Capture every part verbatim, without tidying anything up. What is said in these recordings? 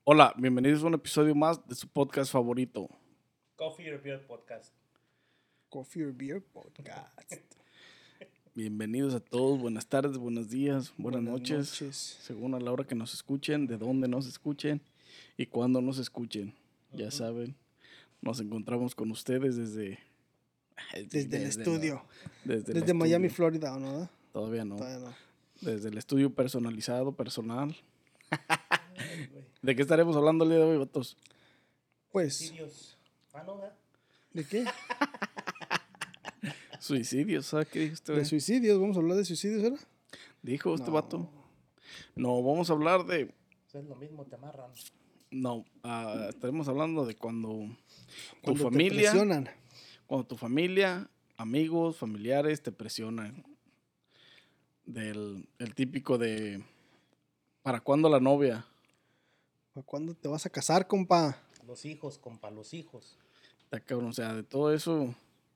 Hola, bienvenidos a un episodio más de su podcast favorito. Coffee or Beer Podcast. Coffee or Beer Podcast. Bienvenidos a todos, buenas tardes, buenos días, buenas, Buenas noches, noches. según a la hora que nos escuchen, de dónde nos escuchen y cuándo nos escuchen. Ya Ujú. saben, nos encontramos con ustedes desde... Desde el estudio. no, desde el Desde Miami, estudio. Florida, ¿o no? Todavía no. Todavía no. Desde el estudio personalizado, personal. Ay, güey. ¿De qué estaremos hablando el día de hoy, vatos? Pues, Suicidios. Ah, no, ¿verdad? ¿de qué? Suicidios, ¿sabes qué dijo este De güey? suicidios. Vamos a hablar de suicidios, ¿verdad? Dijo este No. vato. No, vamos a hablar de... Eso es lo mismo, te amarran. No, ah, estaremos hablando de cuando tu Cuando te familia... presionan. Cuando tu familia, amigos, familiares te presionan. Del el típico de... ¿Para cuándo la novia? ¿Para cuándo te vas a casar, compa? Los hijos, compa, los hijos. Está cabrón, o sea, de todo eso...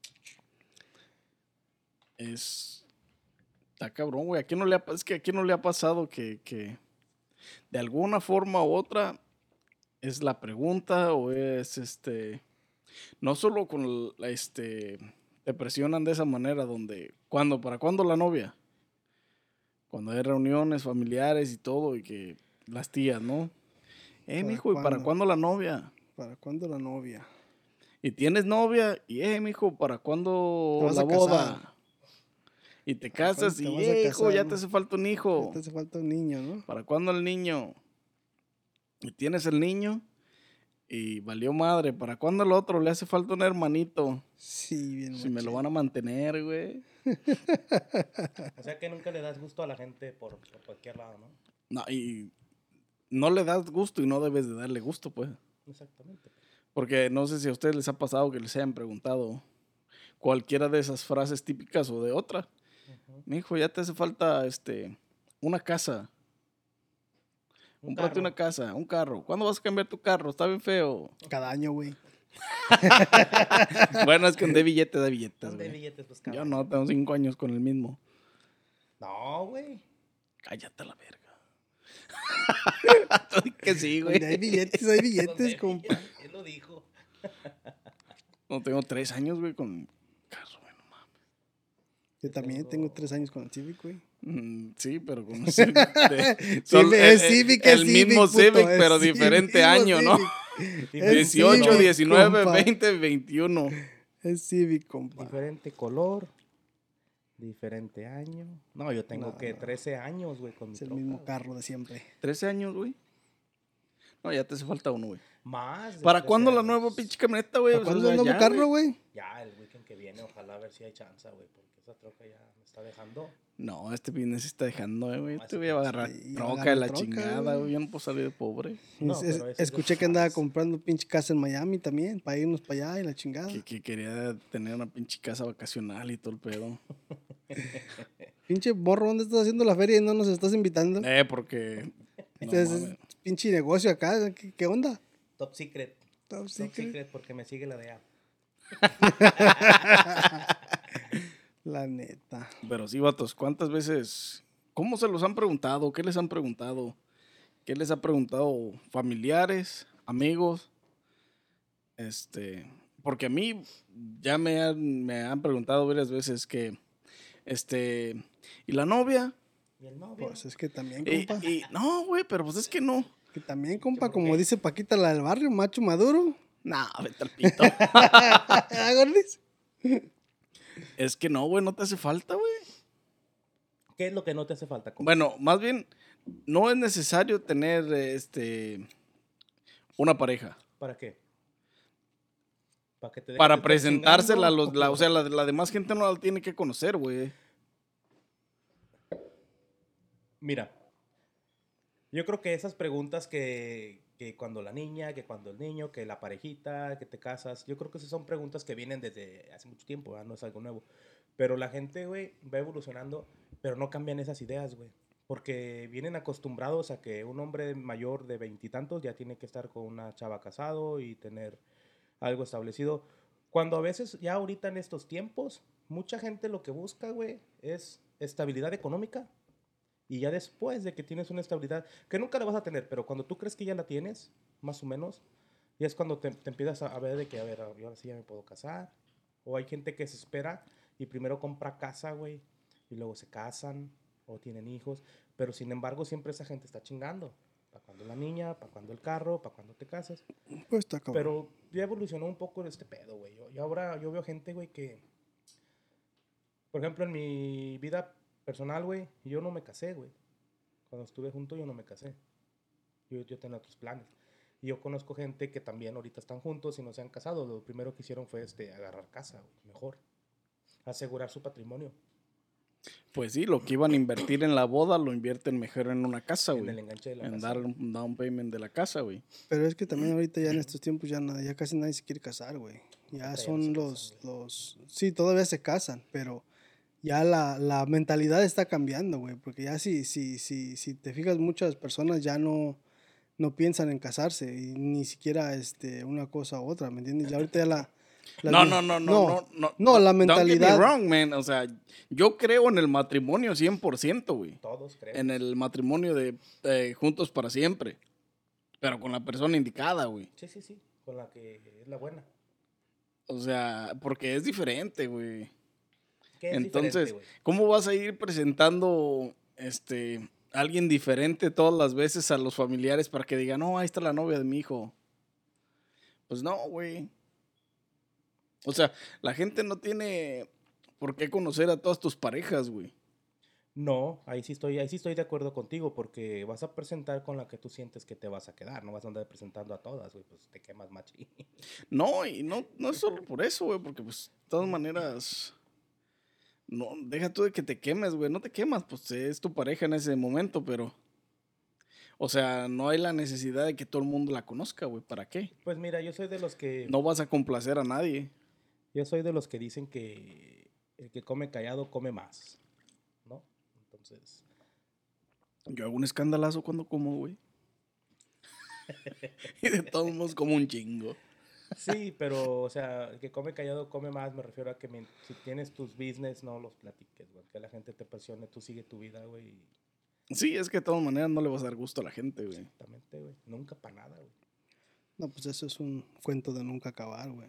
Es... Está cabrón, güey. ¿A quién no le ha, es que a quién no le ha pasado que, que de alguna forma u otra es la pregunta o es este... No solo con el- la, este... Te presionan de esa manera donde... ¿Cuándo? ¿Para cuándo la novia? Cuando hay reuniones familiares y todo y que las tías, ¿no? Eh, ¿Para mijo, ¿y para cuándo? cuándo la novia? ¿Para cuándo la novia? Y tienes novia y, eh, mijo, ¿para cuándo Te vas la a boda? casar. Y te ¿Para casas cuándo y, te vas a eh, hijo, casar, ya no? te hace falta un hijo. Ya te hace falta un niño, ¿no? ¿Para cuándo el niño? Y tienes el niño y valió madre. ¿Para cuándo el otro? Le hace falta un hermanito. Sí, bien Si me lo machín. van a mantener, güey. O sea que nunca le das gusto a la gente por, por cualquier lado, ¿no? No, y no le das gusto y no debes de darle gusto, pues. Exactamente. Porque no sé si a ustedes les ha pasado que les hayan preguntado cualquiera de esas frases típicas o de otra. Ujú. Mi hijo, ya te hace falta este, una casa. Un Cómprate carro. una casa, un carro. ¿Cuándo vas a cambiar tu carro? Está bien feo. Cada año, güey. Bueno, es que de billetes, de billetes, ¿Dónde hay güey. billetes? Pues, cada Yo año. no, tengo cinco años con el mismo. No, güey. Cállate a la verga. Tú di que sí, güey. Donde hay billetes, hay ¿Dónde billetes, hay compa. billetes? Él lo dijo. No, tengo tres años, güey, con el carro, güey. No mames. Yo también tengo- tengo tres años con el Civic, güey. Mm, sí, pero con un Civic. de- Sí, son- es el- Civic, el, es el Civic, mismo puto, Civic, es pero Civic, diferente mismo año, ¿no? Civic. Es dieciocho, Civic, diecinueve, compa. veinte, veintiuno. Es Civic, compa. Diferente color. Diferente año. No, yo tengo No, que no. trece años, güey, con mi Es el troca, mismo güey. carro de siempre. trece años, güey. No, ya te hace falta uno, güey. Más. de ¿Para trece cuándo la años. nueva pinche camioneta, güey? ¿Para O sea, cuándo el nuevo ya, carro, güey. güey? Ya, el weekend que viene, ojalá a ver si hay chance, güey, porque esa troca ya me está dejando. No, este business se está dejando, eh, güey. Ah, Este sí, voy a pues, agarrar sí, va a troca de agarrar la troca, chingada, güey. güey. Yo no puedo salir de pobre. No, Es- es- pero ese es escuché de que andaba Juárez. comprando pinche casa en Miami también, para irnos para allá y la chingada. Que, que quería tener una pinche casa vacacional y todo el pedo. Pinche morro, ¿dónde estás haciendo la feria y no nos estás invitando? Eh, porque... no Este es, mames. es pinche negocio acá, ¿qué, qué onda? Top Secret. Top Top secret. Secret, porque me sigue la D A. La neta. Pero sí, vatos, ¿cuántas veces... ¿Cómo se los han preguntado? ¿Qué les han preguntado? ¿Qué les ha preguntado familiares, amigos? Este... Porque a mí ya me han, me han preguntado varias veces que... Este... ¿Y la novia? ¿Y el novio? Pues es que también, Y, compa. y- no, güey, pero pues es que no. Que también, compa, ¿por como qué? dice Paquita, la del barrio, macho maduro. Nah, vete al pito. ¿Ah, gordis? Es que no, güey, no te hace falta, güey. ¿Qué es lo que no te hace falta? compa? Bueno, más bien, no es necesario tener eh, este una pareja. ¿Para qué? ¿Para que te dejes Para de estar presentársela a chingando? los, la, o sea, la, la demás gente no la tiene que conocer, güey. Mira, yo creo que esas preguntas que, que cuando la niña, que cuando el niño, que la parejita, que te casas, yo creo que esas son preguntas que vienen desde hace mucho tiempo, ¿verdad? No es algo nuevo. Pero la gente, güey, va evolucionando, pero no cambian esas ideas, güey. Porque vienen acostumbrados a que un hombre mayor de veintitantos ya tiene que estar con una chava casado y tener algo establecido. Cuando a veces, ya ahorita en estos tiempos, mucha gente lo que busca, güey, es estabilidad económica Y ya después de que tienes una estabilidad, que nunca la vas a tener, pero cuando tú crees que ya la tienes, más o menos, ya es cuando te, te empiezas a, a ver de que, a ver, ahora sí ya me puedo casar. O hay gente que se espera y primero compra casa, güey, y luego se casan o tienen hijos. Pero sin embargo, siempre esa gente está chingando. ¿Para cuando la niña? ¿Para cuando el carro? ¿Para cuando te casas? Pues está cabrón. Pero ya evolucionó un poco este pedo, güey. Yo, yo ahora yo veo gente, güey, que... Por ejemplo, en mi vida personal, güey, yo no me casé, güey. Cuando estuve junto, yo no me casé. Yo, yo tenía otros planes. Y yo conozco gente que también ahorita están juntos y no se han casado. Lo primero que hicieron fue este, agarrar casa, güey, mejor. Asegurar su patrimonio. Pues sí, lo que iban a invertir en la boda lo invierten mejor en una casa, En güey. el enganche de la En casa. dar un down payment de la casa, güey. Pero es que también ahorita ya en estos tiempos ya, nada, ya casi nadie se quiere casar, güey. Ya Ya no son se los, casan, güey. los... Sí, todavía se casan, pero ya la, la mentalidad está cambiando, güey. Porque ya si, si, si, si te fijas, muchas personas ya no, no piensan en casarse. Y ni siquiera este, una cosa u otra, ¿me entiendes? Ya ahorita ya la... la No, vie- no, no, no, no, no. No, la Don't get mentalidad... me wrong, man. O sea, yo creo en el matrimonio cien por ciento, güey. Todos creen. En el matrimonio de eh, juntos para siempre. Pero con la persona indicada, güey. Sí, sí, sí. Con la que es la buena. O sea, porque es diferente, güey. ¿Qué es Entonces, diferente, güey? ¿cómo vas a ir presentando este a alguien diferente todas las veces a los familiares para que digan, no, ahí está la novia de mi hijo? Pues no, güey. O sea, la gente no tiene por qué conocer a todas tus parejas, güey. No, ahí sí estoy, ahí sí estoy de acuerdo contigo, porque vas a presentar con la que tú sientes que te vas a quedar, no vas a andar presentando a todas, güey, pues te quemas machi. No, y no, no es solo por eso, güey, porque pues de todas maneras, no, deja tú de que te quemes, güey, no te quemas, pues es tu pareja en ese momento, pero, o sea, no hay la necesidad de que todo el mundo la conozca, güey, ¿para qué? Pues mira, yo soy de los que, No vas a complacer a nadie. yo soy de los que dicen que el que come callado come más, ¿no? Entonces, Yo hago un escandalazo cuando como, güey. Y de todos modos como un chingo. sí, pero, o sea, el que come callado come más, me refiero a que mi- si tienes tus business, no los platiques, güey, que la gente te presione, tú sigue tu vida, güey, y Sí, es que de todas maneras no le vas a dar gusto a la gente, güey. exactamente, güey, nunca para nada, güey. No, pues eso es un cuento de nunca acabar, güey.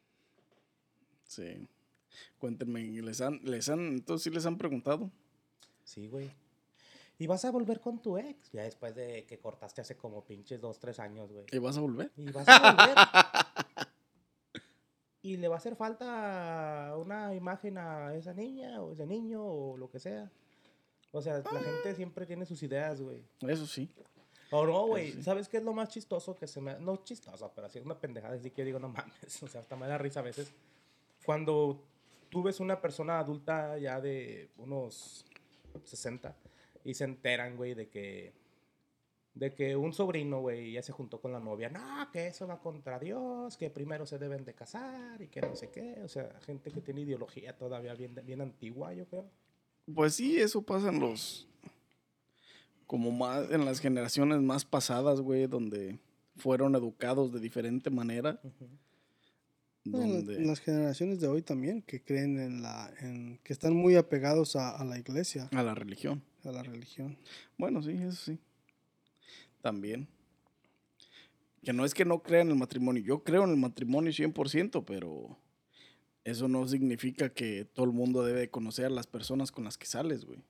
Sí. Cuéntenme, ¿les han, les han, entonces sí les han preguntado? Sí, güey. Y vas a volver con tu ex, ya después de que cortaste hace como pinches dos, tres años, güey. ¿Y vas a volver? Y vas a volver. Y le va a hacer falta una imagen a esa niña o ese niño o lo que sea. O sea, la gente siempre tiene sus ideas, güey. Eso sí. O no, güey. ¿Sabes qué es lo más chistoso que se me... No chistoso, pero así es una pendejada. Así que yo digo, no mames. O sea, hasta me da risa a veces. Cuando tú ves una persona adulta ya de unos sesenta y se enteran, güey, de que... De que un sobrino, güey, ya se juntó con la novia. No, que eso va contra Dios, que primero se deben de casar y que no sé qué. O sea, gente que tiene ideología todavía bien, bien antigua, yo creo. Pues sí, eso pasa en los, como más, en las generaciones más pasadas, güey, donde fueron educados de diferente manera. Ujú. No, en la- Donde, en las generaciones de hoy también, que creen en la... En, que están muy apegados a, a la iglesia, a la religión. a la religión. Bueno, sí, eso sí. También. Que no es que no crean en el matrimonio. Yo creo en el matrimonio cien por ciento, pero eso no significa que todo el mundo debe de conocer a las personas con las que sales, güey.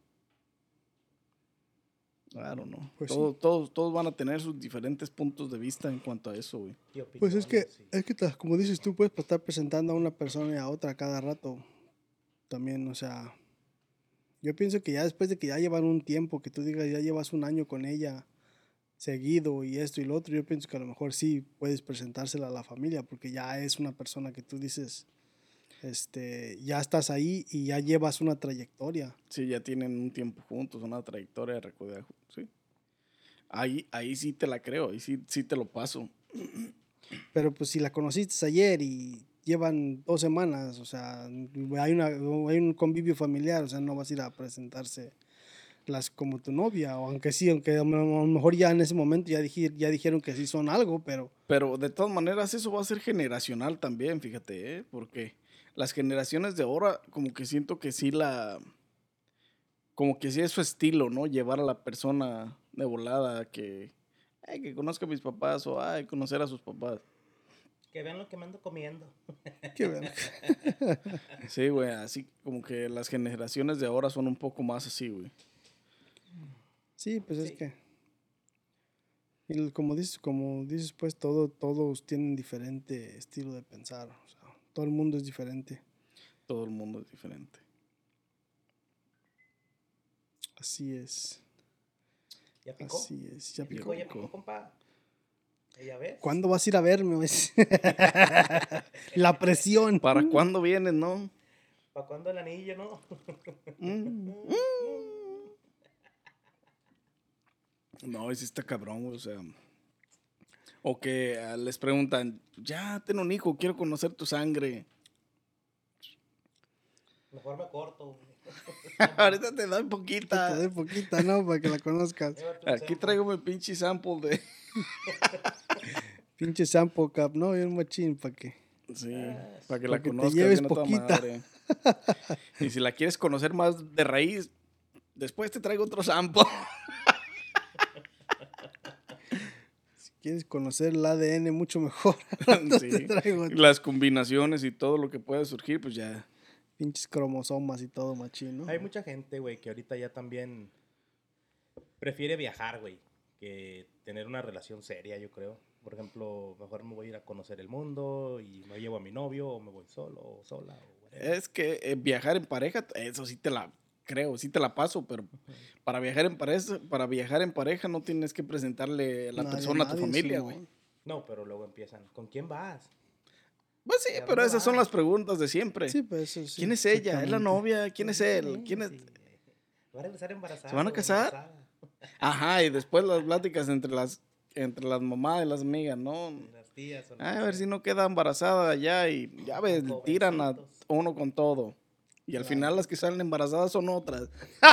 Claro, no. Pues sí. todos, todos, todos van a tener sus diferentes puntos de vista en cuanto a eso, güey. Y Pues es que, opiniones, sí. es que ta- como dices tú, puedes estar presentando a una persona y a otra cada rato. También, o sea, yo pienso que ya después de que ya llevan un tiempo, que tú digas, ya llevas un año con ella seguido y esto y lo otro, yo pienso que a lo mejor sí puedes presentársela a la familia, porque ya es una persona que tú dices, este, ya estás ahí y ya llevas una trayectoria. Sí, ya tienen un tiempo juntos, una trayectoria de recorrer, sí. Ahí, ahí sí te la creo, ahí sí, sí te lo paso. Pero pues si la conociste ayer y llevan dos semanas, o sea, hay, una, hay un convivio familiar, o sea, no vas a ir a presentarse las como tu novia, o aunque sí, aunque a lo mejor ya en ese momento ya, dije, ya dijeron que sí son algo, pero... Pero de todas maneras eso va a ser generacional también, fíjate, ¿eh? Porque las generaciones de ahora como que siento que sí la... como que sí es su estilo, ¿no? Llevar a la persona de volada a que, ay, que conozca a mis papás o ay, conocer a sus papás. Que vean lo que me ando comiendo. Qué bueno. Sí, güey, así como que las generaciones de ahora son un poco más así, güey. Sí, pues es Sí. que. Y el- como dices, como dices, pues todo, todos tienen diferente estilo de pensar. O sea, todo el mundo es diferente. Todo el mundo es diferente. Así es. ¿Ya picó? Así es. Ya ¿Ya picó. picó, ya picó. picó, compa? ¿Ya ves? ¿Cuándo vas a ir a verme? Pues? La presión. ¿Para cuándo vienes, no? ¿Para cuándo el anillo, no? Mm, mm. No, ese está cabrón, güey, o sea. O que ah, les preguntan, ya, ten un hijo, quiero conocer tu sangre. Mejor me corto, güey. Ahorita te doy Te poquita. doy poquita, ¿no? Para que la conozcas. Llévate un Aquí sample. traigo mi pinche sample de... Pinche sample cap, ¿no? Y un machín para que. Sí, Ah, para que para la que te conozcas lleves bien a toda poquita. madre. Y si la quieres conocer más de raíz, después te traigo otro sample. Si quieres conocer el A D N mucho mejor. Sí. Te traigo Las combinaciones y todo lo que puede surgir, pues ya. pinches cromosomas y todo machín, ¿no? Hay mucha gente, güey, que ahorita ya también prefiere viajar, güey, que tener una relación seria, yo creo. Por ejemplo, mejor me voy a ir a conocer el mundo y me llevo a mi novio o me voy solo o sola. O whatever. Es que eh, viajar en pareja, eso sí te la creo, sí te la paso, pero para viajar en pareja, para viajar en pareja no tienes que presentarle a la Nadie, persona a tu nadie, familia, Simón. güey. No, pero luego empiezan, ¿con quién vas? Pues sí, ¿Y a pero dónde esas son vas? las preguntas de siempre. Sí, pues eso sí. ¿Quién es ella? ¿Es la exactamente. novia? ¿Quién es él? ¿Quién es? Sí. ¿Va a regresar embarazada? ¿Se van a o casar? embarazada? Ajá, y después las pláticas entre las entre las mamás y las amigas, ¿no? Las tías o lo Ah, que a ver sea. si no queda embarazada allá y ya ves, Con tiran a jovencitos. uno con todo. Y al Claro. final las que salen embarazadas son otras.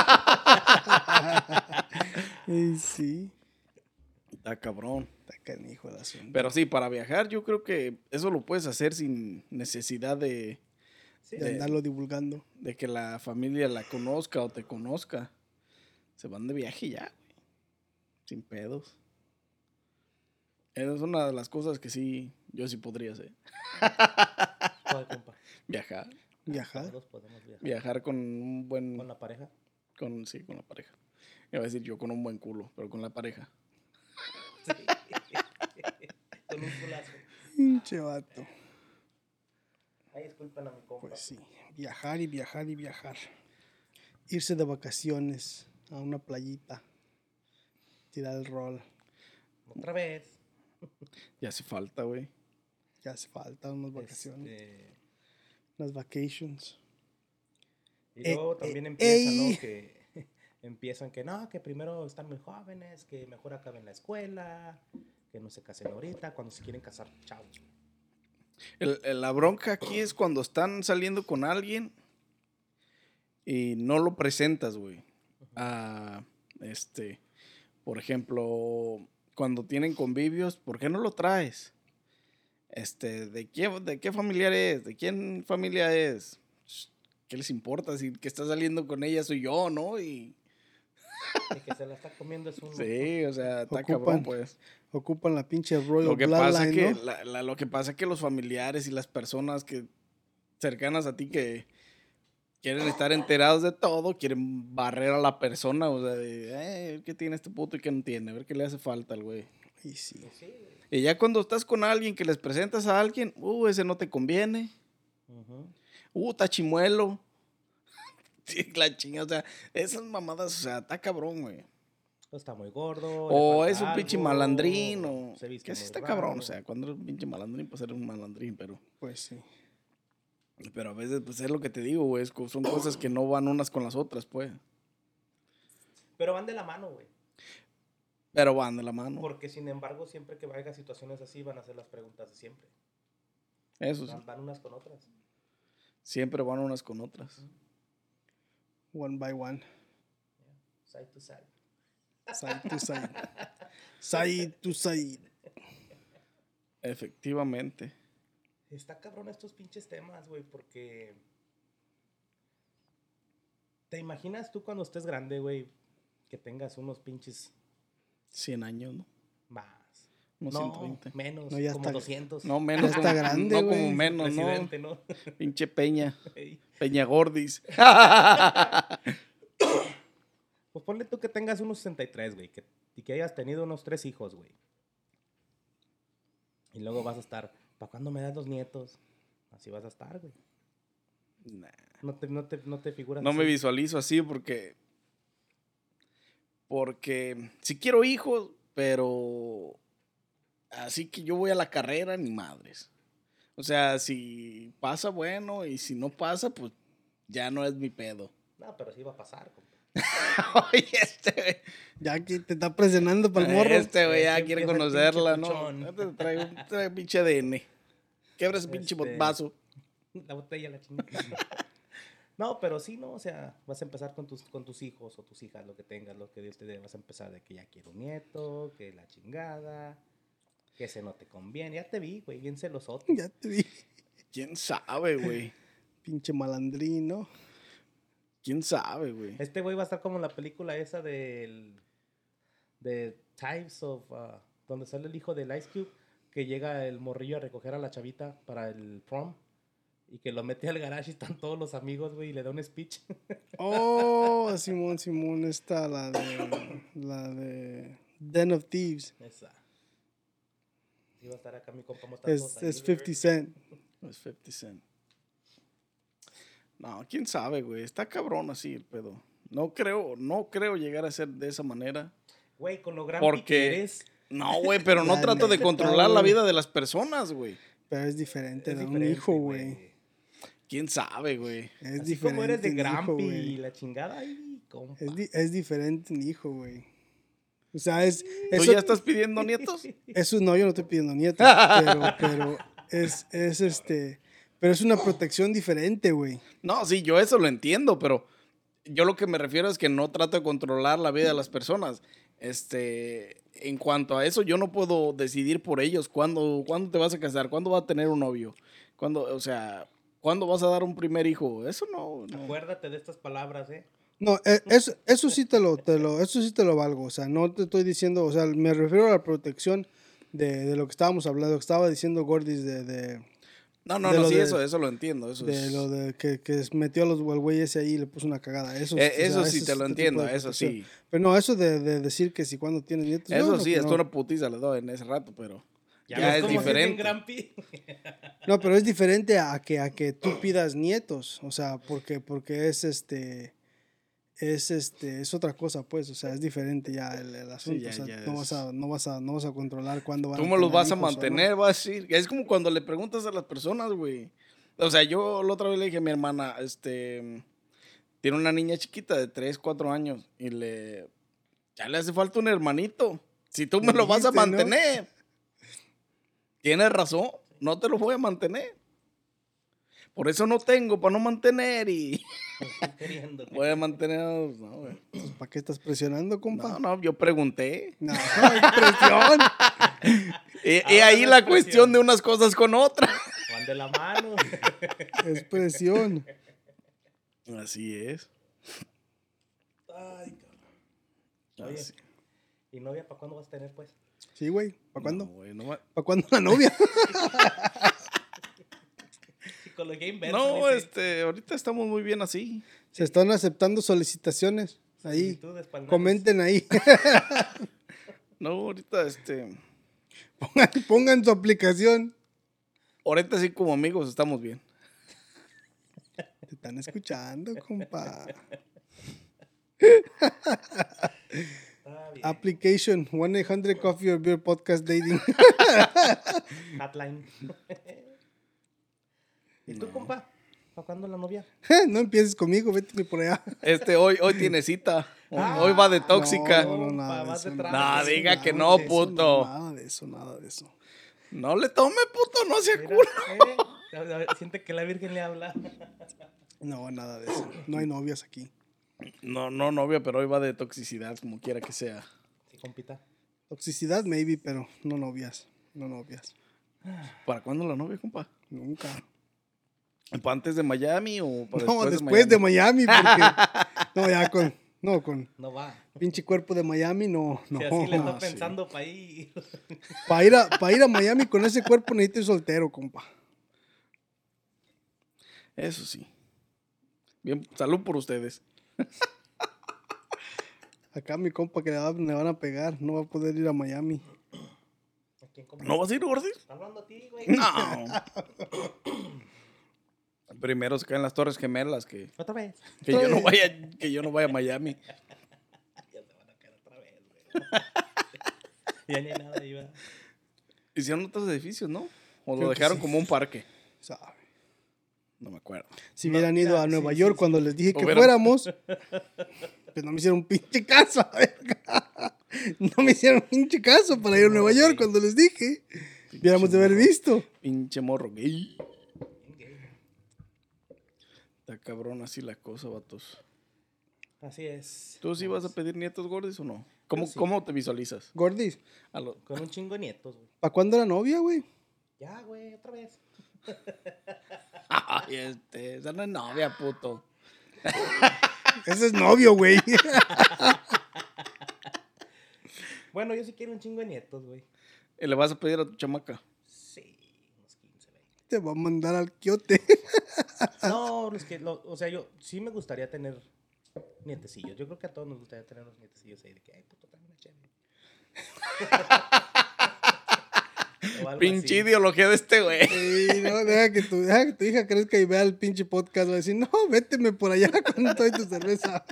Y sí. Está cabrón. Está canijo el asunto. Pero sí, para viajar yo creo que eso lo puedes hacer sin necesidad de, Sí, de de- andarlo divulgando. de que la familia la conozca o te conozca. Se van de viaje y ya, güey. Sin pedos. Esa es una de las cosas que sí, yo sí podría hacer. ¿cuál, compa? Viajar. Viajar. Todos podemos viajar. Viajar con un buen... ¿Con la pareja? Con, sí, con la pareja. Iba a decir yo con un buen culo, pero con la pareja. Sí. Con un culazo. Pinche vato. Ay, disculpen a mi compa. Pues sí. Viajar y viajar y viajar. Irse de vacaciones a una playita. Tirar el rol. Otra vez. Ya hace falta, güey. Ya hace falta unas vacaciones. Este, Unas vacations. Y Eh, luego eh, también empiezan, ey. ¿no? Que empiezan que no, que primero están muy jóvenes, que mejor acaben la escuela, que no se casen ahorita, cuando se quieren casar, chao. El- el- la bronca aquí es cuando están saliendo con alguien y no lo presentas, güey. Ah, este, por ejemplo, cuando tienen convivios, ¿por qué no lo traes? Este, ¿de quién, de qué familiar es? ¿De quién familia es? ¿Qué les importa si que está saliendo con ella soy yo, no? Y Y que se la está comiendo es uno. sí, o sea, está Ocupan- cabrón, pues. Ocupan la pinche Royal Lo que pasa Bloodline, que ¿no? la- la- lo que pasa que los familiares y las personas que cercanas a ti que quieren estar enterados de todo, quieren barrer a la persona, o sea, de, eh, ¿qué tiene este puto y qué no tiene? A ver qué le hace falta al güey. Y sí. Pues sí, güey. Y ya cuando estás con alguien que les presentas a alguien, uh, ese no te conviene, Ujú. uh, está chimuelo. Sí, la chinga, o sea, esas mamadas, o sea, está cabrón, güey. O está muy gordo. O le es falta un pinche algo, malandrín, o se viste que sí muy está raro. cabrón, o sea, cuando eres un pinche malandrín, pues eres un malandrín, pero... Pues sí. Pero a veces, pues es lo que te digo, güey. es co- Son cosas que no van unas con las otras, pues. Pero van de la mano, güey. Pero van de la mano. Porque sin embargo, siempre que vaya a situaciones así, van a hacer las preguntas de siempre. Eso sí. Van, van unas con otras. Siempre van unas con otras. One by one. Side to side. Side to side. Side to side. Efectivamente. Está cabrón estos pinches temas, güey, porque ¿Te imaginas tú cuando estés grande, güey, que tengas unos pinches cien años, ¿no? más? Unos No, ciento veinte. menos, No, ya como está- doscientos. No, menos. Ya está como- grande, No, como güey. menos, ¿no? Presidente, ¿no? Pinche Peña. Ey. Peña Gordis. Pues ponle tú que tengas unos sesenta y tres, güey, que, y que hayas tenido unos tres hijos, güey. Y luego vas a estar, ¿para cuándo me das los nietos? Así vas a estar, güey. Nah. No te, no te, no te figuras No me así. visualizo así porque. Porque si quiero hijos, pero. Así que yo voy a la carrera, ni madres. O sea, si pasa, bueno, y si no pasa, pues ya no es mi pedo. No, pero sí va a pasar, compa. Oye, este güey. Ya aquí te está presionando para el morro. Este güey ya Este quiere empieza el conocerla, pinche ¿no? puchón. Ya te traigo un trae pinche A D N. Quebra ese pinche Este- vaso. La botella, la chingada. No, pero sí, ¿no? O sea, vas a empezar con tus, con tus hijos o tus hijas, lo que tengas, lo que Dios te dé. Vas a empezar de que ya quiero un nieto, que la chingada, que ese no te conviene. Ya te vi, güey, bien celosote. Ya te vi. ¿Quién sabe, güey? Pinche malandrín, ¿no? ¿Quién sabe, güey? Este güey va a estar como en la película esa del... de Types of... uh, donde sale el hijo del Ice Cube, que llega el morrillo a recoger a la chavita para el prom. Y que lo mete al garage y están todos los amigos, güey, y le da un speech. Oh, Simón, Simón, está la de. La de. Den of Thieves. Esa. Sí va a estar acá mi compa. vamos a estar Es, todos ahí, es güey. fifty Cent. Es cincuenta Cent. No, quién sabe, güey. Está cabrón así el pedo. No creo, no creo llegar a ser de esa manera. Güey, con lo grande Porque- que eres. No, güey, pero no La trato de neta, controlar la güey. vida de las personas, güey. Pero es diferente Es de un diferente, hijo, güey. ¿Quién sabe, güey? Es Así diferente. como eres de un hijo, Grampi güey. y la chingada, ay, compa. Es, di- es diferente un hijo, güey. O sea, es. ¿Tú Eso, ya estás pidiendo nietos? eso no, yo no estoy pidiendo nietos. pero, pero es, es este. Pero es una protección diferente, güey. No, sí, yo eso lo entiendo, pero yo lo que me refiero es que no trato de controlar la vida de las personas. Este, en cuanto a eso, yo no puedo decidir por ellos cuándo, cuándo te vas a casar, cuándo vas a tener un novio, cuándo, o sea, cuándo vas a dar un primer hijo. Eso no, no. Acuérdate de estas palabras, ¿eh? No, eh, eso, eso sí te lo, te lo, eso sí te lo valgo. O sea, no te estoy diciendo, o sea, me refiero a la protección de, de lo que estábamos hablando, lo que estaba diciendo Gordis de, de, No, no, de no, lo sí, de- eso, eso lo entiendo. Eso de es- lo de que, que metió a los al güey ese ahí y le puso una cagada. Eso, Eh, o sea, eso sí ese te es lo otro entiendo, tipo de eso protección. sí. Pero no, eso de, de decir que si cuando tienes nietos. yo Eso creo sí, que es no. una putiza le doy en ese rato, pero Ya, ya, ves es cómo soy bien diferente. Grampi. No, pero es diferente a que, a que tú pidas nietos. O sea, porque, porque es este. Es este. Es otra cosa, pues. O sea, es diferente ya el, el asunto. ya- o sea, ya no, es- vas a, no, vas a, no vas a controlar cuándo van Tú a me los tener vas a hijos o no. mantener, vas a decir. Es como cuando le preguntas a las personas, güey. O sea, yo la otra vez le dije a mi hermana, este, tiene una niña chiquita de tres, cuatro años y le, ya le hace falta un hermanito. Si tú me Me lo vas a dijiste, ¿no? mantener, tienes razón, no te lo voy a mantener. Por eso no tengo, para no mantener y Estoy queriendo. voy a mantener, no, güey. Pues, ¿para qué estás presionando, compa? No, no, yo pregunté. No, es presión. Y, y Ahora ahí no la es cuestión presión. de unas cosas con otras. Van de la mano. Es presión. Así es. Ay, cabrón. Oye, Así. ¿y novia para cuándo vas a tener, pues? Sí, güey. ¿Para cuándo? No, güey, no ma- ¿Para cuándo la novia? Psicología inversa. No, dice. este, ahorita estamos muy bien así. Se están aceptando solicitaciones. Ahí. Solicitudes pa'l nano. Comenten ahí. No, ahorita, este, Pongan, pongan su aplicación. ahorita sí como amigos estamos bien. Te están escuchando, compa. Ah, bien. Application one eight hundred Coffee or Beer Podcast Dating. Hotline. ¿Y tú, compa? ¿Para cuándo la novia? No empieces conmigo, vete por allá. Este, hoy, hoy tiene cita. Hoy, Ah, hoy va de tóxica. No, No, no, nada Pa, de vas eso, detrás. nada No, de eso, diga nada que de no, eso, puto. Nada de eso, nada de eso. le tome, puto, no sea Mira, culo. eh, a ver, siente que la Virgen le habla. No, nada de eso. No hay novias aquí. No, no, novia, pero hoy va de toxicidad, como quiera que sea. Sí, compita. Toxicidad, maybe, pero no novias. No novias. ¿Para cuándo la novia, compa? Nunca. ¿Para antes de Miami o para No, después, después de Miami? de Miami, porque... No, ya con... No, con No va. pinche cuerpo de Miami, no. no. Si así le está Ah, sí. pensando para ir. Para ir, a, pa ir a Miami con ese cuerpo necesito ir soltero, compa. Eso sí. Bien, salud por ustedes. Acá mi compa que le, va- le van a pegar, no va a poder ir a Miami. ¿A quién compra? ¿No vas a ir, Gordy? Está hablando a ti, güey. No. Primero se caen las Torres Gemelas que, Otra vez. que yo no vaya, que yo no vaya a Miami. Ya se van a caer otra vez, güey. Ya ni hay nada ahí, va. Hicieron otros edificios, ¿no? O Creo lo que dejaron sí. como un parque. Sabe. No me acuerdo. Si No, hubieran ido mira, a Nueva sí, York sí, cuando sí. les dije que Hubieran- fuéramos, pues no me hicieron pinche caso, a verga. No me hicieron pinche caso para ir a Nueva York cuando les dije. Hubiéramos de haber visto. Pinche morro gay. Bien gay. Está cabrón así la cosa, vatos. Así es. ¿Tú sí vas a pedir nietos gordos o no? ¿Cómo, sí. ¿cómo te visualizas? Gordis, A lo- Con un chingo de nietos, güey. ¿para cuándo la novia, güey? Ya, güey, otra vez. Ay, este, esa no es novia, puto. Ese es novio, güey. Bueno, yo sí quiero un chingo de nietos, güey. ¿Y le vas a pedir a tu chamaca? Sí, unos quince, veinte. Te va a mandar al quiote. No, los que, lo- o sea, yo sí me gustaría tener nietecillos. Yo creo que a todos nos gustaría tener unos nietecillos ahí de que, ay, puto, tráeme una chévere. O algo Pinche así. ideología de este güey. Sí, no, deja que, tu, deja que tu hija crezca y vea el pinche podcast. Va a decir, no, véteme por allá cuando estoy tu cerveza.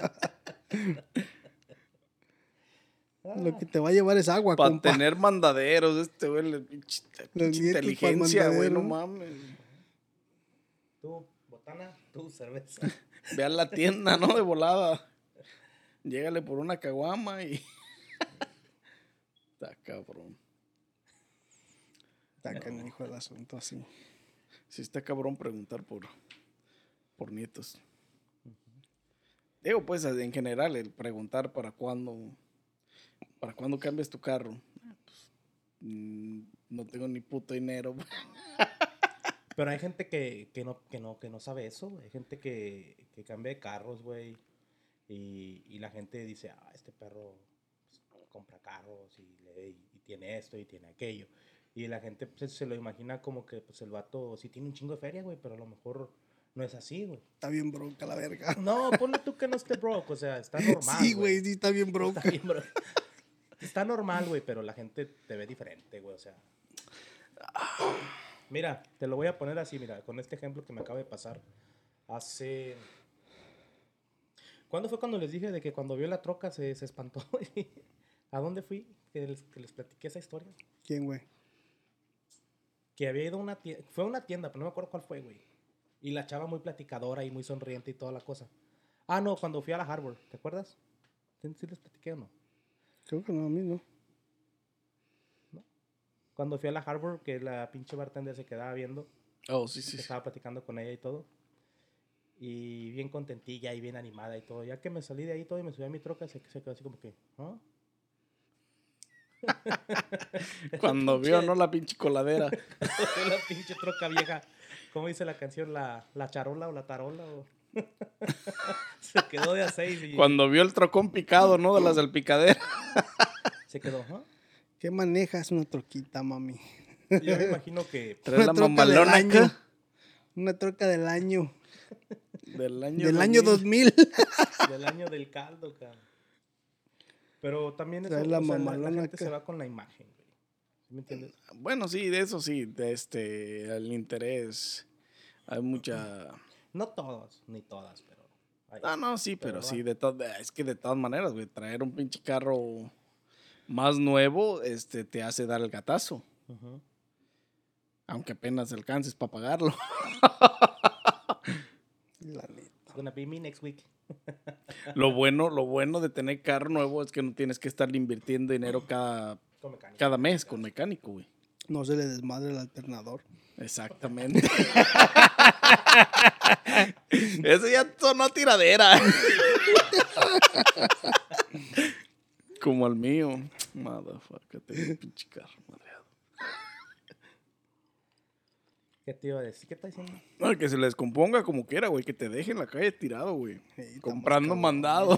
Lo que te va a llevar es agua, Para compa. tener mandaderos, este güey, le- pinche, Los pinche nietos inteligencia, pa'l güey, no mandadero. mames. Tú, botana, tú, cerveza. Ve a la tienda, ¿no? De volada. Llégale por una caguama y... Está cabrón. Está canijo el asunto así. Sí está cabrón preguntar por, por nietos. Digo, pues, en general, el preguntar para cuándo, para cuándo cambias tu carro. Ah, pues, mm, no tengo ni puto dinero. Pero hay gente que, que, no, que, no, que no sabe eso, güey. Hay gente que, que cambia de carros, güey. Y, y la gente dice, ah, este perro pues, compra carros y, le, y tiene esto y tiene aquello. Y la gente pues, se lo imagina como que pues, el vato sí tiene un chingo de feria, güey, pero a lo mejor no es así, güey. Está bien bronca la verga. No, ponle tú que no esté broke, o sea, está normal. Sí, güey, sí está bien bronca. Está, bien bro- está normal, güey, pero la gente te ve diferente, güey, o sea. Mira, te lo voy a poner así, mira, con este ejemplo que me acaba de pasar. Hace... ¿Cuándo fue cuando les dije de que cuando vio la troca se, se espantó? ¿A dónde fui? Que les, que les platiqué esa historia. ¿Quién, güey? Que había ido a una tienda, fue a una tienda, pero no me acuerdo cuál fue, güey. Y la chava muy platicadora y muy sonriente y toda la cosa. Ah, no, cuando fui a la Harbor, ¿te acuerdas? ¿Sí, sí les platiqué o no? Creo que no, a mí no. Cuando fui a la Harbor, que la pinche bartender se quedaba viendo, Oh, sí, sí, sí. estaba platicando con ella y todo. Y bien contentilla y bien animada y todo. Ya que me salí de ahí todo y me subí a mi troca, se, se quedó así como que, ¿ah? Cuando vio, ¿no? La pinche coladera. La pinche troca vieja. ¿Cómo dice la canción? ¿La, la charola o la tarola? O... se quedó de a seis y Cuando vio el trocón picado, ¿no? De las del picadero. se quedó, ¿ah? ¿Qué manejas? Una troquita, mami. Yo me imagino que Trae la Una troca del mamalona año. acá. Una troca del año. Del año Del año dos mil. del año del caldo, cabrón. Pero también eso, Trae o la sea, la, la mamalona gente acá. se va con la imagen, güey. ¿Sí me entiendes? Bueno, sí, de eso sí. De este, el interés. Hay mucha... No todos, ni todas, pero... hay- Ah, no, sí, pero, Pero sí, va. de to- es que de todas maneras, güey, traer un pinche carro más nuevo, este, te hace dar el gatazo. Ujú. Aunque apenas alcances para pagarlo. La neta. It's gonna be me next week. Lo bueno, lo bueno de tener carro nuevo es que no tienes que estar invirtiendo dinero cada, Con mecánica. cada mes con mecánico, güey. No se le desmadre el alternador. Exactamente. Eso ya sonó tiradera. Como al mío. Motherfucker, tengo un pinche carro madreado. ¿Qué te iba a decir? ¿Qué está diciendo? No, que se les descomponga como quiera, güey. Que te deje en la calle tirado, güey. Sí, Comprando estamos mandado.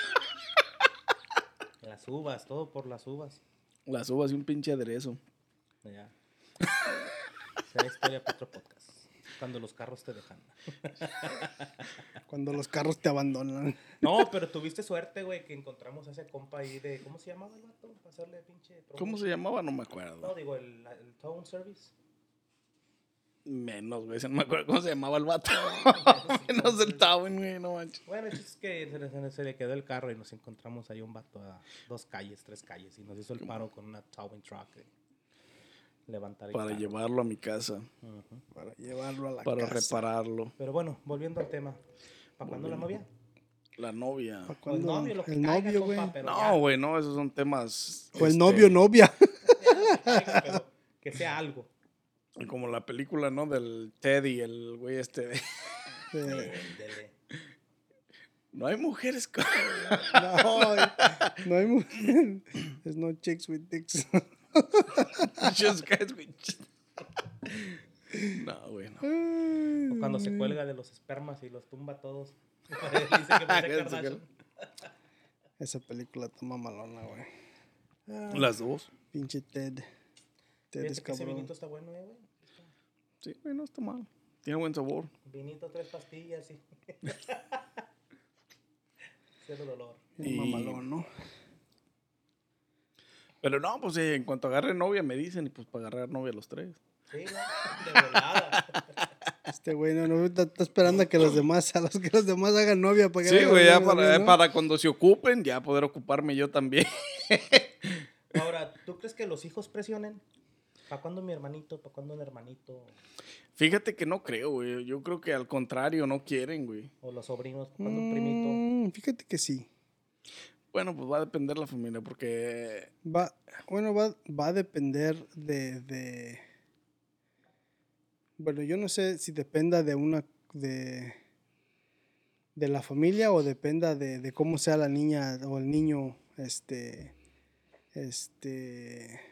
Las uvas, todo por las uvas. Las uvas y un pinche aderezo. Ya. Será historia para otro podcast. Cuando los carros te dejan. Cuando los carros te abandonan. No, pero tuviste suerte, güey, que encontramos a ese compa ahí de... ¿Cómo se llamaba el vato? Para hacerle pinche... promo. ¿Cómo se llamaba? No me No, acuerdo. digo, el, el towing service. Menos, güey. No me acuerdo cómo se llamaba el vato. Menos el Tawin, güey. No manches. Bueno, el chiste es que se le, se le- se le quedó el carro y nos encontramos ahí un vato a dos calles, tres calles. Y nos hizo el paro con una towing truck. de levantar el Para carro. llevarlo a mi casa. Ujú. Para llevarlo a la Para casa. repararlo. Pero bueno, volviendo al tema. ¿Para cuándo la novia? La novia. ¿Para O el cuándo? novio, lo que El caiga, novio, compa, güey. pero ya. No, güey, no. Esos son temas... O el este, novio, novia. Caiga, pero que sea algo. Como la película, ¿no? Del Teddy, el güey este de... Eh, Dele. No hay mujeres con... no, no hay mujer. Es no chicks with dicks. Just guys with... No, güey, no. O cuando se cuelga de los espermas y los tumba todos. Dice que parece Kardashian. Esa película está mamalona, güey. Las dos. Pinche Ted. Ted es Fíjate que ese cabrón. vinito está bueno, eh, güey. Sí, güey, no está mal. Tiene buen sabor. Vinito, tres pastillas y... Cero dolor. Bien Y- mamalón, ¿no? Pero no, pues eh, en cuanto agarre novia me dicen y pues para agarrar novia los tres. Sí, ¿no? De volada. Este güey no, no está, está esperando a que los demás, a los que los demás hagan novia para que Sí, hagan güey, ya novia para, también, ¿no? para cuando se ocupen, ya poder ocuparme yo también. Ahora, ¿tú crees que los hijos presionen? ¿Para cuándo mi hermanito? ¿Para cuándo un hermanito? Fíjate que no creo, güey. Yo creo que al contrario, no quieren, güey. ¿O los sobrinos? ¿Para cuándo un primito? Mm, fíjate que sí. Bueno, pues va a depender la familia, porque... Va, bueno, va, va a depender de, de... Bueno, yo no sé si dependa de una... de, de la familia o dependa de, de cómo sea la niña o el niño, este... Este...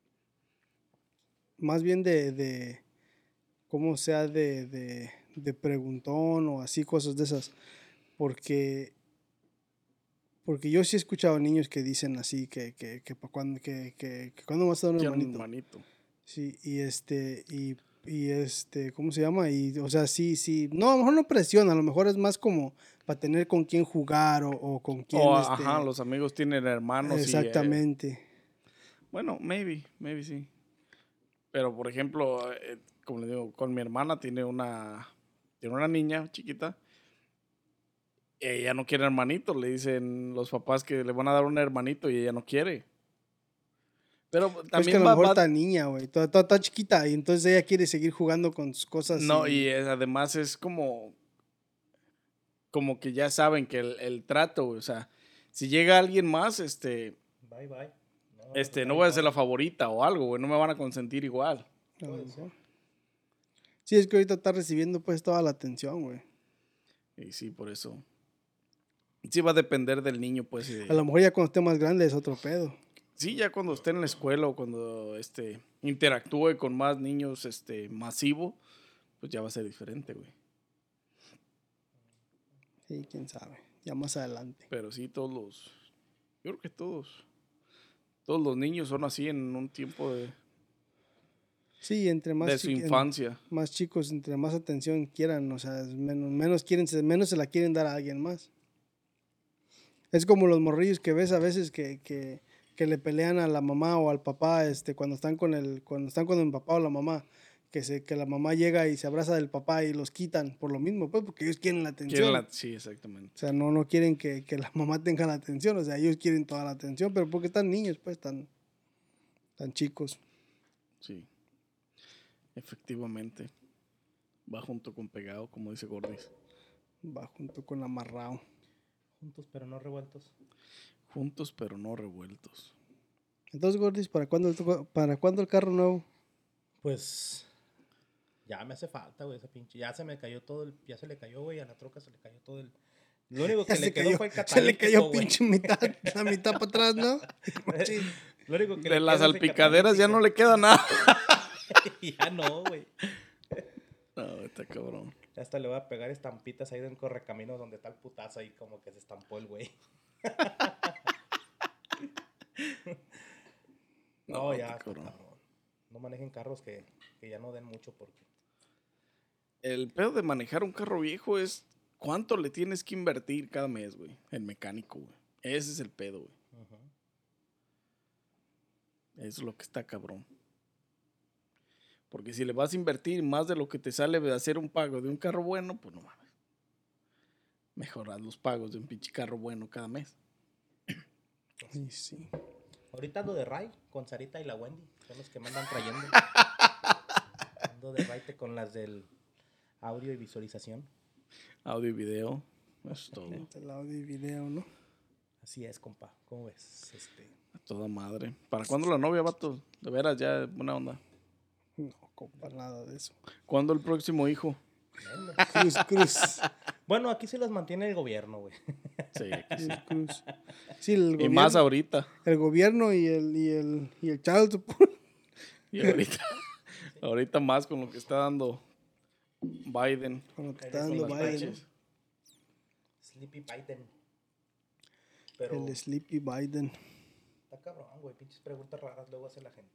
Más bien de... de cómo sea de, de, de preguntón o así, cosas de esas. Porque... Porque yo sí he escuchado niños que dicen así, que, que, que, pa' cuando, que, que, que cuando vas a dar un quieren un hermanito. hermanito. Sí, y este, y, y este, ¿cómo se llama? Y, o sea, sí, sí, no, a lo mejor no presiona, a lo mejor es más como para tener con quién jugar o, o con quién, O, este, ajá, los amigos tienen hermanos. y, eh, exactamente. bueno, maybe, maybe sí. Pero, por ejemplo, eh, como le digo, con mi hermana tiene una, tiene una niña chiquita. Ella no quiere hermanito. Le dicen los papás que le van a dar un hermanito y ella no quiere. Pero Es que también a lo va, mejor va- está niña, güey, está, está- está chiquita y entonces ella quiere seguir jugando con sus cosas. No, y es- además es como... Como que ya saben que el, el trato, o sea, si llega alguien más, este... Bye, bye. No, Este, pues, no ahí voy a va. ser la favorita o algo, güey. No me van a consentir igual. A lo mejor. Sí, es que ahorita está recibiendo pues toda la atención, güey. Y sí, por eso. Sí va a depender del niño, pues. y de- A lo mejor ya cuando esté más grande es otro pedo. Sí, ya cuando esté en la escuela o cuando este, interactúe con más niños este, masivo, pues ya va a ser diferente, güey. Sí, quién sabe, ya más adelante. Pero sí, todos los... Yo creo que todos... Todos los niños son así en un tiempo de, Sí, entre más de su chiqui- en- infancia. más chicos, entre más atención quieran, o sea, es menos, menos, quieren, se- menos se la quieren dar a alguien más. Es como los morrillos que ves a veces que, que, que le pelean a la mamá o al papá este, cuando están con el, cuando están con el papá o la mamá, que, se, que la mamá llega y se abraza del papá y los quitan por lo mismo, pues porque ellos quieren la atención. Quieren la- Sí, exactamente. O sea, no, no quieren que, que la mamá tenga la atención, o sea, ellos quieren toda la atención, pero porque están niños, pues, tan, tan chicos. Sí. Efectivamente. Va junto con pegado, como dice Gordis. Va junto con amarrado. Juntos pero no revueltos. Juntos pero no revueltos. Entonces, Gordis, ¿para cuándo, el, to- ¿para cuándo el carro nuevo? Pues ya me hace falta, güey, esa pinche. Ya se me cayó todo el, ya se le cayó, güey, a la troca se le cayó todo el. Lo único que Ya le se quedó cayó, fue el se le catalítico, cayó güey. pinche mitad, la mitad para atrás, ¿no? Machín. Lo único que De le las queda es el salpicaderas ya no catalítico. le queda nada. Ya no, güey. No, está cabrón. Hasta le voy a pegar estampitas ahí de un correcaminos donde está el putazo ahí como que se estampó el güey. No, No, ya, está está cabrón. cabrón. No manejen carros que, que ya no den mucho porque... El pedo de manejar un carro viejo es cuánto le tienes que invertir cada mes, güey, en mecánico, güey. Ese es el pedo, güey. Ujú. Eso es lo que está cabrón. Porque si le vas a invertir más de lo que te sale de hacer un pago de un carro bueno, pues no mames. Mejorar los pagos de un pinche carro bueno cada mes. Y sí. Ahorita ando de Ray con Sarita y la Wendy. Son los que me andan trayendo. Ando de Ray con las del audio y visualización. Audio y video. Eso es todo. El audio y video, ¿no? Así es, compa. ¿Cómo ves? Este... A toda madre. ¿Para cuándo la novia, vato? De veras, ya, buena onda. No, compa, nada de eso. ¿Cuándo el próximo hijo? Bueno. Cruz, cruz. Bueno, aquí se los mantiene el gobierno, güey. Sí, aquí sí. Cruz, cruz. Sí, el Y gobierno, más ahorita. el gobierno y el, y el, y el child support. Y ahorita. Ahorita más con lo que está dando Biden. Con lo que El está de dando Sleepy Biden. Biden. Sleepy Biden. Pero El Sleepy Biden. está cabrón, güey. Pinches preguntas raras luego hace la gente.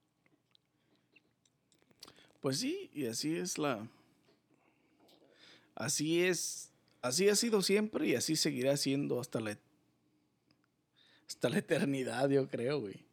Pues sí, y así es la. Así es. Así ha sido siempre y así seguirá siendo hasta la. Hasta la eternidad, yo creo, güey.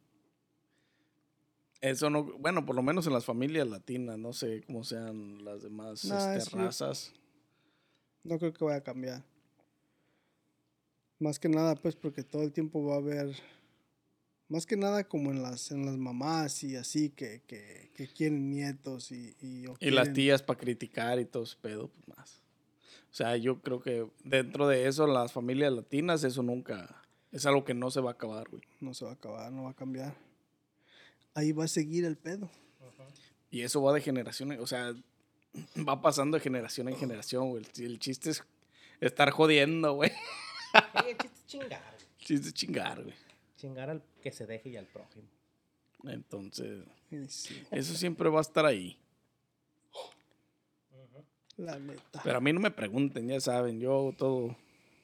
Eso no. Bueno, por lo menos en las familias latinas. No sé cómo sean las demás No, este, eso yo- razas. No creo que vaya a cambiar. Más que nada, pues, porque todo el tiempo va a haber. Más que nada como en las, en las mamás y así que, que, que quieren nietos y, y, o Y las quieren- tías para criticar y todo ese pedo, pues más. O sea, yo creo que dentro de eso, las familias latinas, eso nunca. Es algo que no se va a acabar, güey. No se va a acabar, no va a cambiar. Ahí va a seguir el pedo. Y eso va de generación, en- o sea, va pasando de generación en generación, güey. El, el chiste es estar jodiendo, güey. Eh, el chiste es chingar, güey. El chiste es chingar, güey. Chingar al que se deje y al prójimo. Entonces, Y sí, eso siempre va a estar ahí. la neta. Pero a mí no me pregunten, ya saben, yo hago todo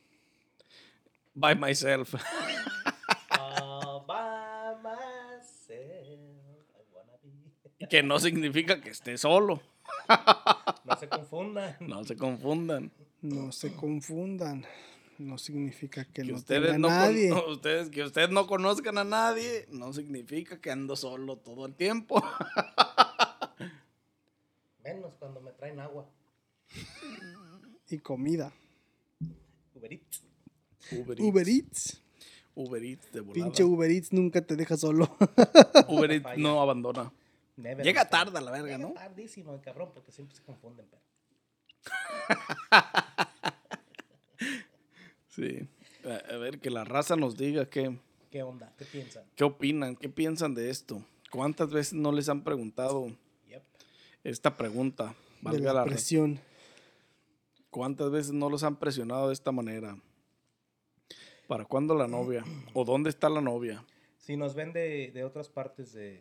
by myself. All by myself, I wanna be. Que no significa que esté solo. No se confundan. No se confundan. No se confundan. No significa que, Que no ustedes tenga no, con- nadie. ustedes, que ustedes no conozcan a nadie, no significa que ando solo todo el tiempo. Menos cuando me traen agua. Y comida. Uber Eats. Uber Eats. Uber Eats. Uber Eats de volada. Pinche Uber Eats nunca te deja solo. Uber Eats no abandona. Never Llega understand. tarde a la verga, Llega ¿no? tardísimo el cabrón porque siempre se confunden, pero. Sí. A, a ver, que la raza nos diga qué, ¿Qué onda? ¿Qué piensan? qué opinan, qué piensan de esto. ¿Cuántas veces no les han preguntado Yep. esta pregunta? De Valga la la re- presión. ¿Cuántas veces no los han presionado de esta manera? ¿Para cuándo la novia? ¿O dónde está la novia Si nos ven de, de otras partes de,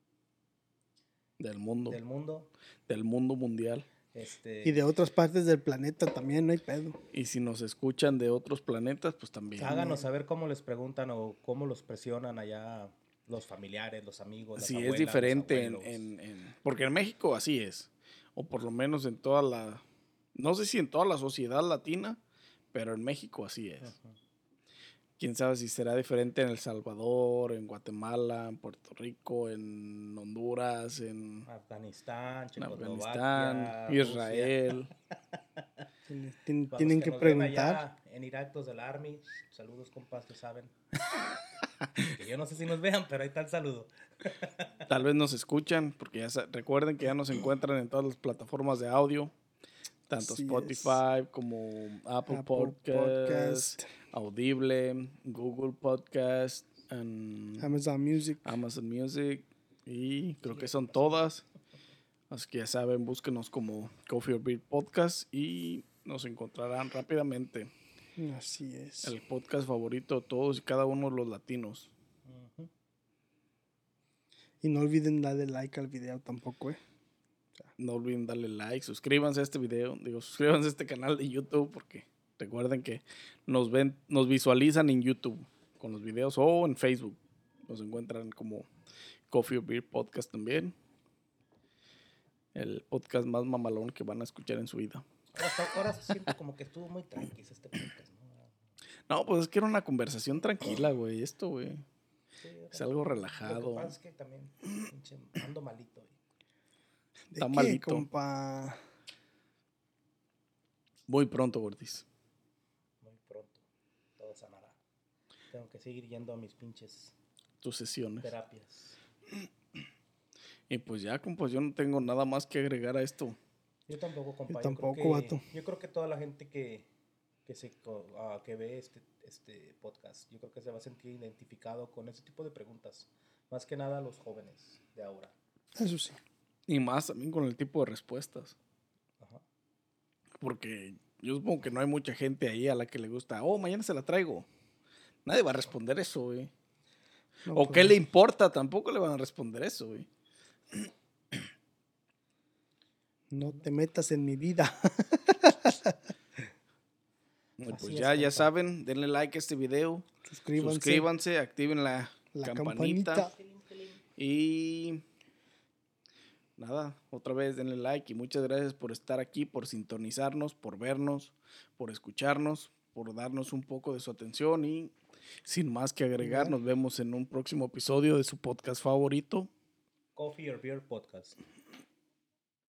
del mundo? del mundo, Del mundo mundial. este, Y de otras partes del planeta también, no hay pedo. Y si nos escuchan de otros planetas, pues también. háganos saber cómo les preguntan o cómo los presionan allá los familiares, los amigos. Las Si es abuelas, diferente en, los abuelos. en- en- porque en México así es, o por lo menos en toda la, no sé si en toda la sociedad latina, pero en México así es. Ujú. Quién sabe si será diferente en El Salvador, en Guatemala, en Puerto Rico, en Honduras, en Afganistán, en Checoslovaquia, Afganistán, Rusia. Israel. Tienen, tienen- Para los tienen que nos ven preguntar. allá en Irak, los del Army, saludos compas, que saben. Que yo no sé si nos vean, pero ahí está el saludo. Tal vez nos escuchan, porque ya sa- recuerden que ya nos encuentran en todas las plataformas de audio, tanto Así es. Spotify como Apple, Apple Podcast, Podcast, Audible, Google Podcast, and Amazon Music. Amazon Music, y creo que son todas. Así que ya saben, búsquenos como Coffee or Beer Podcast y nos encontrarán rápidamente. Así es. El podcast favorito de todos y cada uno de los latinos. Ujú. Y no olviden darle like al video tampoco, ¿eh? No olviden darle like, suscríbanse a este video, digo, suscríbanse a este canal de YouTube porque recuerden que nos ven, nos visualizan en YouTube con los videos o en Facebook. Nos encuentran como Coffee or Beer Podcast también. El podcast más mamalón que van a escuchar en su vida. Ahora, ahora se siente como que estuvo muy tranquilo este podcast, ¿no? No, pues es que era una conversación tranquila, güey, esto, güey. Sí, Es algo Lo que relajado. pasa es que también pinche, ando malito. güey. ¿De Está qué, malito. compa? Muy pronto, Gordis. Muy pronto. Todo sanará. Tengo que seguir yendo a mis pinches Tus sesiones. terapias. Y pues ya, compa, yo no tengo nada más que agregar a esto. Yo tampoco, compa. Yo Yo tampoco, creo que, vato. Yo creo que toda la gente que, que, se, co- ah, que ve este, este podcast, yo creo que se va a sentir identificado con ese tipo de preguntas. Más que nada los jóvenes de ahora. Eso sí. Y más también con el tipo de respuestas. Ajá. Porque yo supongo que no hay mucha gente ahí a la que le gusta, oh, mañana se la traigo. Nadie va a responder eso, güey. No, O pues, qué le importa, tampoco le van a responder eso, güey. no te metas en mi vida. Y Así pues es, ya, ya compa. saben, denle like a este video. Suscríbanse. Suscríbanse, activen la, La campanita. campanita. Y nada, otra vez denle like y muchas gracias por estar aquí, por sintonizarnos, por vernos, por escucharnos, por darnos un poco de su atención y sin más que agregar, Ya. nos vemos en un próximo episodio de su podcast favorito. Coffee or Beer Podcast.